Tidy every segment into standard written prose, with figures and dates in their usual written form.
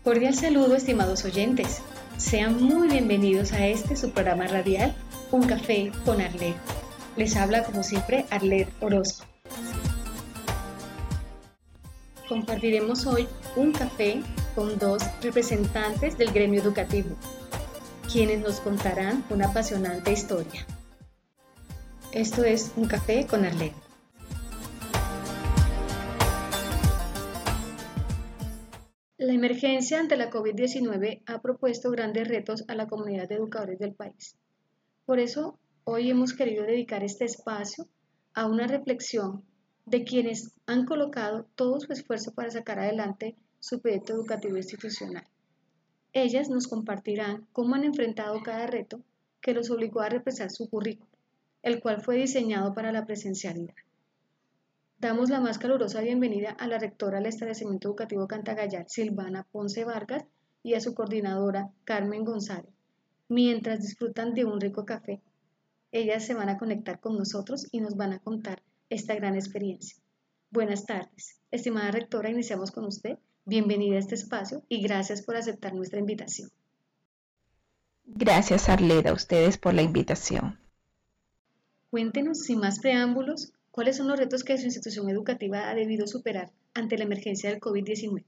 Cordial saludo, estimados oyentes. Sean muy bienvenidos a su programa radial, Un Café con Arlet. Les habla, como siempre, Arlet Orozco. Compartiremos hoy un café con dos representantes del gremio educativo, quienes nos contarán una apasionante historia. Esto es Un Café con Arlet. La emergencia ante la COVID-19 ha propuesto grandes retos a la comunidad de educadores del país. Por eso, hoy hemos querido dedicar este espacio a una reflexión de quienes han colocado todo su esfuerzo para sacar adelante su proyecto educativo institucional. Ellas nos compartirán cómo han enfrentado cada reto que los obligó a repensar su currículo, el cual fue diseñado para la presencialidad. Damos la más calurosa bienvenida a la rectora del establecimiento educativo Cantagallar, Silvana Ponce Vargas, y a su coordinadora, Carmen González. Mientras disfrutan de un rico café, ellas se van a conectar con nosotros y nos van a contar esta gran experiencia. Buenas tardes. Estimada rectora, iniciamos con usted. Bienvenida a este espacio y gracias por aceptar nuestra invitación. Gracias, Arleda, a ustedes por la invitación. Cuéntenos, sin más preámbulos, ¿cuáles son los retos que su institución educativa ha debido superar ante la emergencia del COVID-19?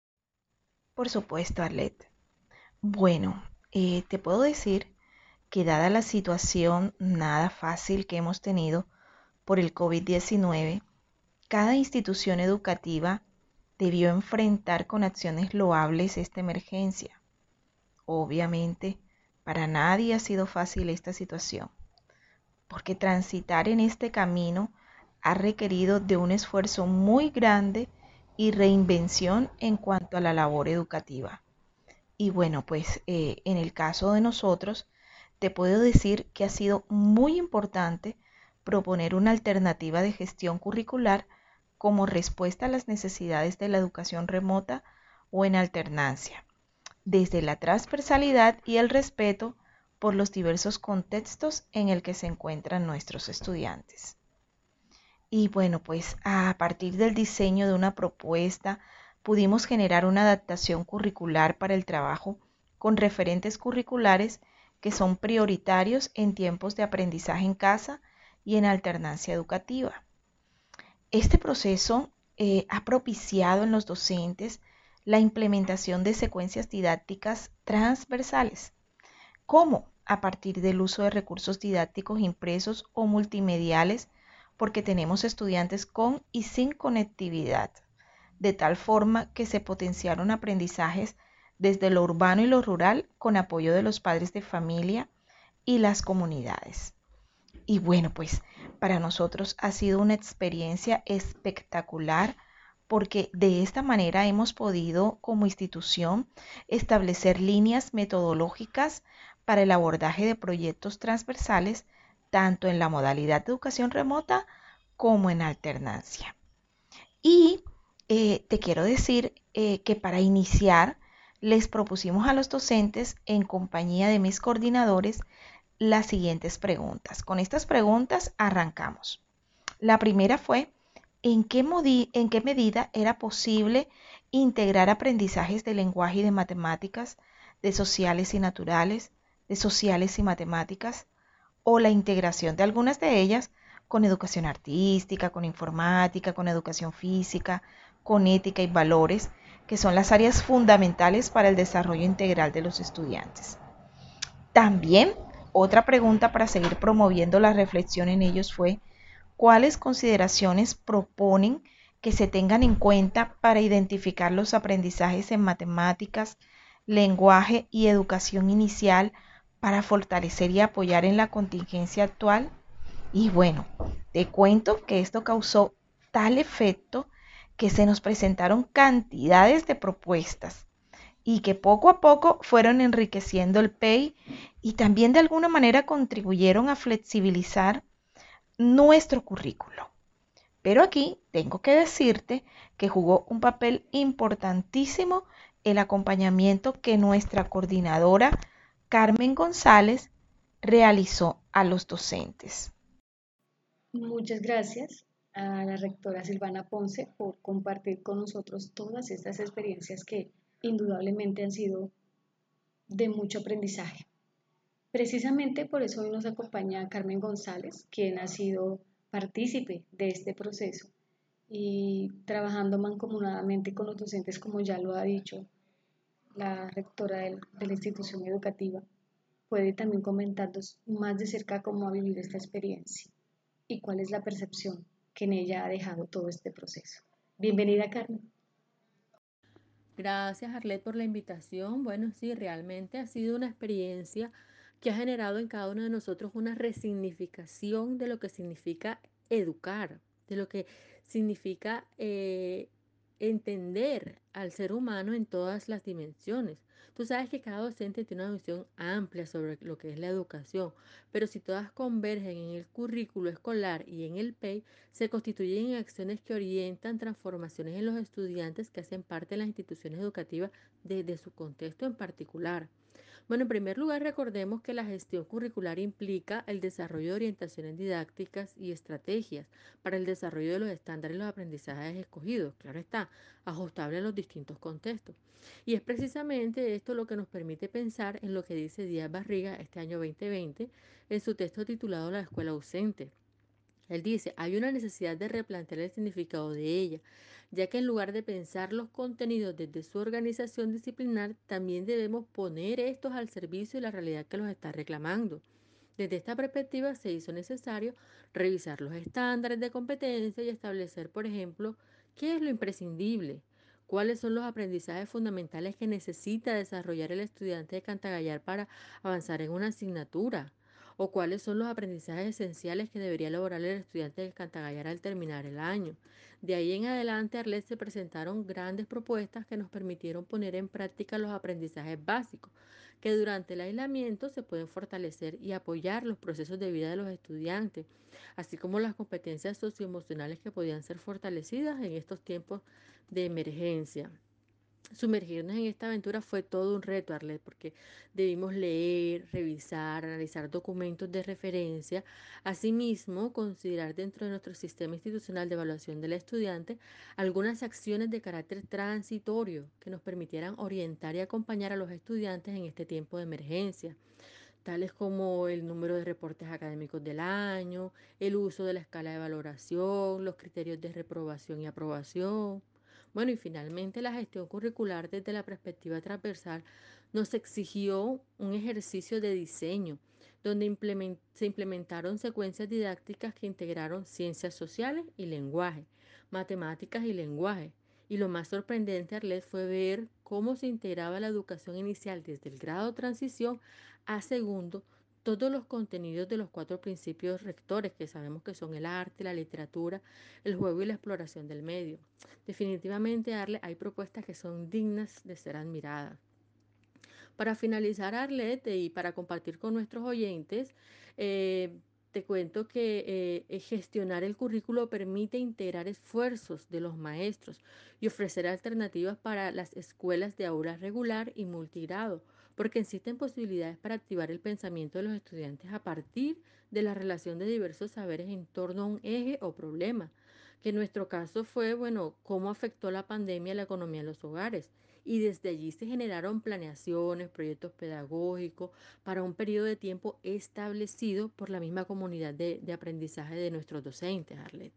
Por supuesto, Arlet. Bueno, te puedo decir que dada la situación nada fácil que hemos tenido por el COVID-19, cada institución educativa debió enfrentar con acciones loables esta emergencia. Obviamente, para nadie ha sido fácil esta situación, porque transitar en este camino ha requerido de un esfuerzo muy grande y reinvención en cuanto a la labor educativa. Y bueno, pues en el caso de nosotros, te puedo decir que ha sido muy importante proponer una alternativa de gestión curricular como respuesta a las necesidades de la educación remota o en alternancia, desde la transversalidad y el respeto por los diversos contextos en el que se encuentran nuestros estudiantes. Y bueno, pues a partir del diseño de una propuesta pudimos generar una adaptación curricular para el trabajo con referentes curriculares que son prioritarios en tiempos de aprendizaje en casa y en alternancia educativa. Este proceso ha propiciado en los docentes la implementación de secuencias didácticas transversales. ¿Cómo? A partir del uso de recursos didácticos impresos o multimediales, porque tenemos estudiantes con y sin conectividad, de tal forma que se potenciaron aprendizajes desde lo urbano y lo rural con apoyo de los padres de familia y las comunidades. Y bueno, pues para nosotros ha sido una experiencia espectacular porque de esta manera hemos podido como institución establecer líneas metodológicas para el abordaje de proyectos transversales tanto en la modalidad de educación remota como en alternancia. Y te quiero decir que para iniciar les propusimos a los docentes en compañía de mis coordinadores las siguientes preguntas. Con estas preguntas arrancamos. La primera fue, ¿en qué medida era posible integrar aprendizajes de lenguaje y de matemáticas, de sociales y naturales, de sociales y matemáticas, o la integración de algunas de ellas con educación artística, con informática, con educación física, con ética y valores, que son las áreas fundamentales para el desarrollo integral de los estudiantes? También otra pregunta para seguir promoviendo la reflexión en ellos fue, ¿cuáles consideraciones proponen que se tengan en cuenta para identificar los aprendizajes en matemáticas, lenguaje y educación inicial para fortalecer y apoyar en la contingencia actual? Y bueno, te cuento que esto causó tal efecto que se nos presentaron cantidades de propuestas y que poco a poco fueron enriqueciendo el PEI y también de alguna manera contribuyeron a flexibilizar nuestro currículo. Pero aquí tengo que decirte que jugó un papel importantísimo el acompañamiento que nuestra coordinadora Carmen González realizó a los docentes. Muchas gracias a la rectora Silvana Ponce por compartir con nosotros todas estas experiencias que indudablemente han sido de mucho aprendizaje. Precisamente por eso hoy nos acompaña Carmen González, quien ha sido partícipe de este proceso y trabajando mancomunadamente con los docentes, como ya lo ha dicho la rectora de la institución educativa, puede también comentarnos más de cerca cómo ha vivido esta experiencia y cuál es la percepción que en ella ha dejado todo este proceso. Bienvenida, Carmen. Gracias, Arlet, por la invitación. Bueno, sí, realmente ha sido una experiencia que ha generado en cada uno de nosotros una resignificación de lo que significa educar, de lo que significa entender al ser humano en todas las dimensiones. Tú sabes que cada docente tiene una visión amplia sobre lo que es la educación, pero si todas convergen en el currículo escolar y en el PEI, se constituyen en acciones que orientan transformaciones en los estudiantes que hacen parte de las instituciones educativas desde su contexto en particular. Bueno, en primer lugar, recordemos que la gestión curricular implica el desarrollo de orientaciones didácticas y estrategias para el desarrollo de los estándares y los aprendizajes escogidos, claro está, ajustable a los distintos contextos. Y es precisamente esto lo que nos permite pensar en lo que dice Díaz Barriga este año 2020 en su texto titulado La escuela ausente. Él dice, hay una necesidad de replantear el significado de ella, ya que en lugar de pensar los contenidos desde su organización disciplinar, también debemos poner estos al servicio de la realidad que los está reclamando. Desde esta perspectiva se hizo necesario revisar los estándares de competencia y establecer, por ejemplo, qué es lo imprescindible, cuáles son los aprendizajes fundamentales que necesita desarrollar el estudiante de Cantagallar para avanzar en una asignatura, o cuáles son los aprendizajes esenciales que debería lograr el estudiante de Cantagallar al terminar el año. De ahí en adelante, Arlet, se presentaron grandes propuestas que nos permitieron poner en práctica los aprendizajes básicos, que durante el aislamiento se pueden fortalecer y apoyar los procesos de vida de los estudiantes, así como las competencias socioemocionales que podían ser fortalecidas en estos tiempos de emergencia. Sumergirnos en esta aventura fue todo un reto, Arlet, porque debimos leer, revisar, analizar documentos de referencia, asimismo considerar dentro de nuestro sistema institucional de evaluación del estudiante algunas acciones de carácter transitorio que nos permitieran orientar y acompañar a los estudiantes en este tiempo de emergencia, tales como el número de reportes académicos del año, el uso de la escala de valoración, los criterios de reprobación y aprobación. Bueno, y finalmente la gestión curricular desde la perspectiva transversal nos exigió un ejercicio de diseño, donde se implementaron secuencias didácticas que integraron ciencias sociales y lenguaje, matemáticas y lenguaje. Y lo más sorprendente, Arlet, fue ver cómo se integraba la educación inicial desde el grado transición a segundo, todos los contenidos de los 4 principios rectores que sabemos que son el arte, la literatura, el juego y la exploración del medio. Definitivamente, Arle, hay propuestas que son dignas de ser admiradas. Para finalizar, Arlette, y para compartir con nuestros oyentes, te cuento que gestionar el currículo permite integrar esfuerzos de los maestros y ofrecer alternativas para las escuelas de aula regular y multigrado, porque existen posibilidades para activar el pensamiento de los estudiantes a partir de la relación de diversos saberes en torno a un eje o problema, que en nuestro caso fue, bueno, cómo afectó la pandemia a la economía de los hogares. Y desde allí se generaron planeaciones, proyectos pedagógicos para un periodo de tiempo establecido por la misma comunidad de aprendizaje de nuestros docentes, Arlet.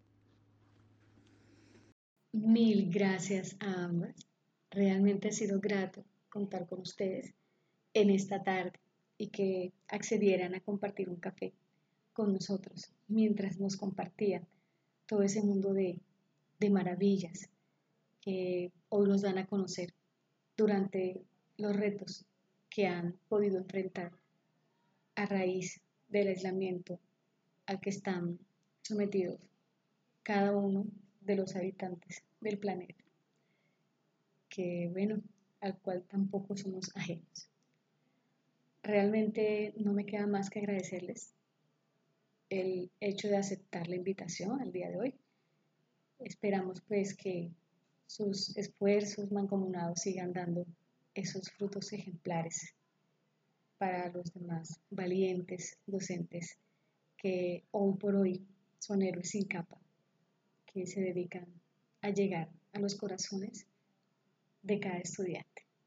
Mil gracias a ambas. Realmente ha sido grato contar con ustedes en esta tarde y que accedieran a compartir un café con nosotros mientras nos compartían todo ese mundo de maravillas que hoy nos dan a conocer durante los retos que han podido enfrentar a raíz del aislamiento al que están sometidos cada uno de los habitantes del planeta, que bueno, al cual tampoco somos ajenos. Realmente no me queda más que agradecerles el hecho de aceptar la invitación al día de hoy. Esperamos pues que sus esfuerzos mancomunados sigan dando esos frutos ejemplares para los demás valientes docentes que hoy por hoy son héroes sin capa, que se dedican a llegar a los corazones de cada estudiante.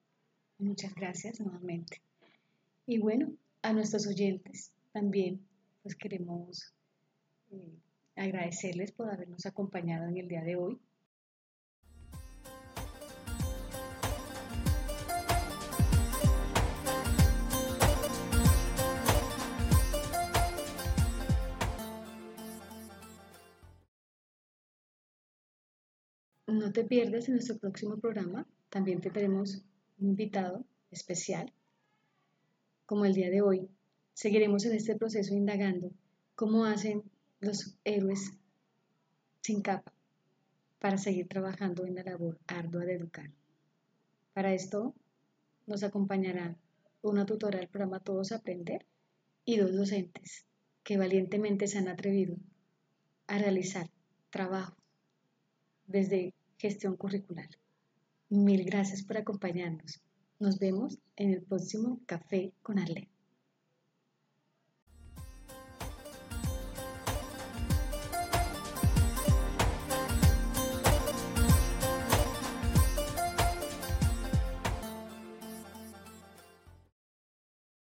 Muchas gracias nuevamente. Y bueno, a nuestros oyentes también pues queremos eh, agradecerles por habernos acompañado en el día de hoy. No te pierdas en nuestro próximo programa. También te tenemos un invitado especial, como el día de hoy. Seguiremos en este proceso indagando cómo hacen los héroes sin capa para seguir trabajando en la labor ardua de educar. Para esto nos acompañará una tutora del programa Todos Aprender y dos docentes que valientemente se han atrevido a realizar trabajo desde gestión curricular. Mil gracias por acompañarnos. Nos vemos en el próximo Café con Arlet.